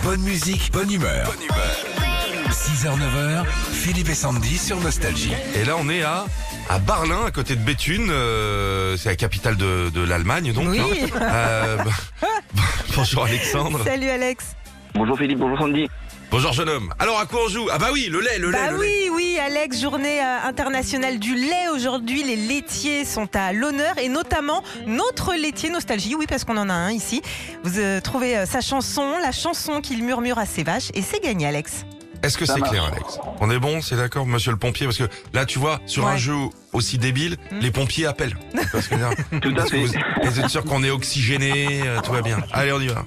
Bonne musique, bonne humeur. 6h, 9h, Philippe et Sandy sur Nostalgie. Et là, on est à Berlin, à côté de Béthune. C'est la capitale de l'Allemagne, donc. Oui. Bonjour Alexandre. Salut Alex. Bonjour Philippe, bonjour Sandy. Bonjour jeune homme. Alors à quoi on joue? Ah bah oui, le lait. Oui Alex, journée internationale du lait. Aujourd'hui, les laitiers sont à l'honneur et notamment notre laitier Nostalgie. Oui, parce qu'on en a un ici. Vous trouvez sa chanson, la chanson qu'il murmure à ses vaches et c'est gagné Alex. Est-ce que c'est clair, Alex? On est bon, c'est d'accord, monsieur le pompier? Parce que là, tu vois, sur un jeu aussi débile, les pompiers appellent. Parce que là, Tout à fait. vous êtes sûr qu'on est oxygéné, tout va bien. Allez, on y va.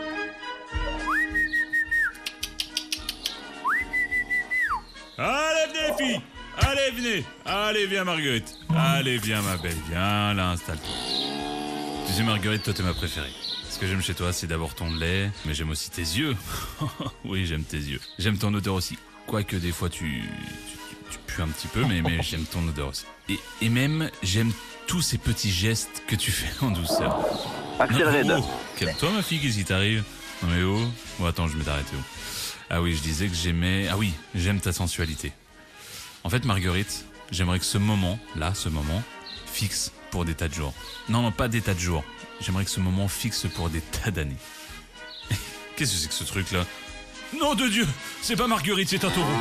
Allez, venez les filles. Allez, venez. Allez, viens Marguerite. Allez, viens ma belle. Viens là, installe-toi. Tu sais Marguerite, toi t'es ma préférée. Ce que j'aime chez toi, c'est d'abord ton lait, mais j'aime aussi tes yeux. Oui, j'aime tes yeux. J'aime ton odeur aussi. Quoique des fois tu pues un petit peu, mais j'aime ton odeur aussi. Et même, j'aime tous ces petits gestes que tu fais en douceur. Axel Red. Oh, calme-toi ma fille, qu'est-ce qui t'arrive? Non mais oh. Oh, attends, je vais t'arrêter. Oh. Ah oui, je disais que j'aimais... Ah oui, j'aime ta sensualité. En fait, Marguerite, j'aimerais que ce moment, fixe pour des tas de jours. Non, pas des tas de jours. J'aimerais que ce moment fixe pour des tas d'années. Qu'est-ce que c'est que ce truc-là? Nom de Dieu, c'est pas Marguerite, c'est un taureau.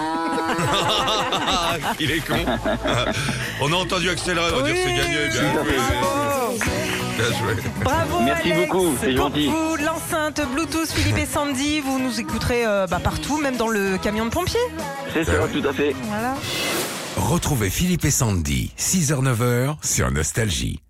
Il est con. On a entendu accélérer, on va dire que c'est gagné. Bien joué. Bien joué. Bravo Merci Alex. beaucoup, c'est gentil. Pour vous, l'enceinte Bluetooth Philippe et Sandy, vous nous écouterez partout, même dans le camion de pompiers. C'est ça, tout à fait. Voilà. Retrouvez Philippe et Sandy, 6h, 9h sur Nostalgie.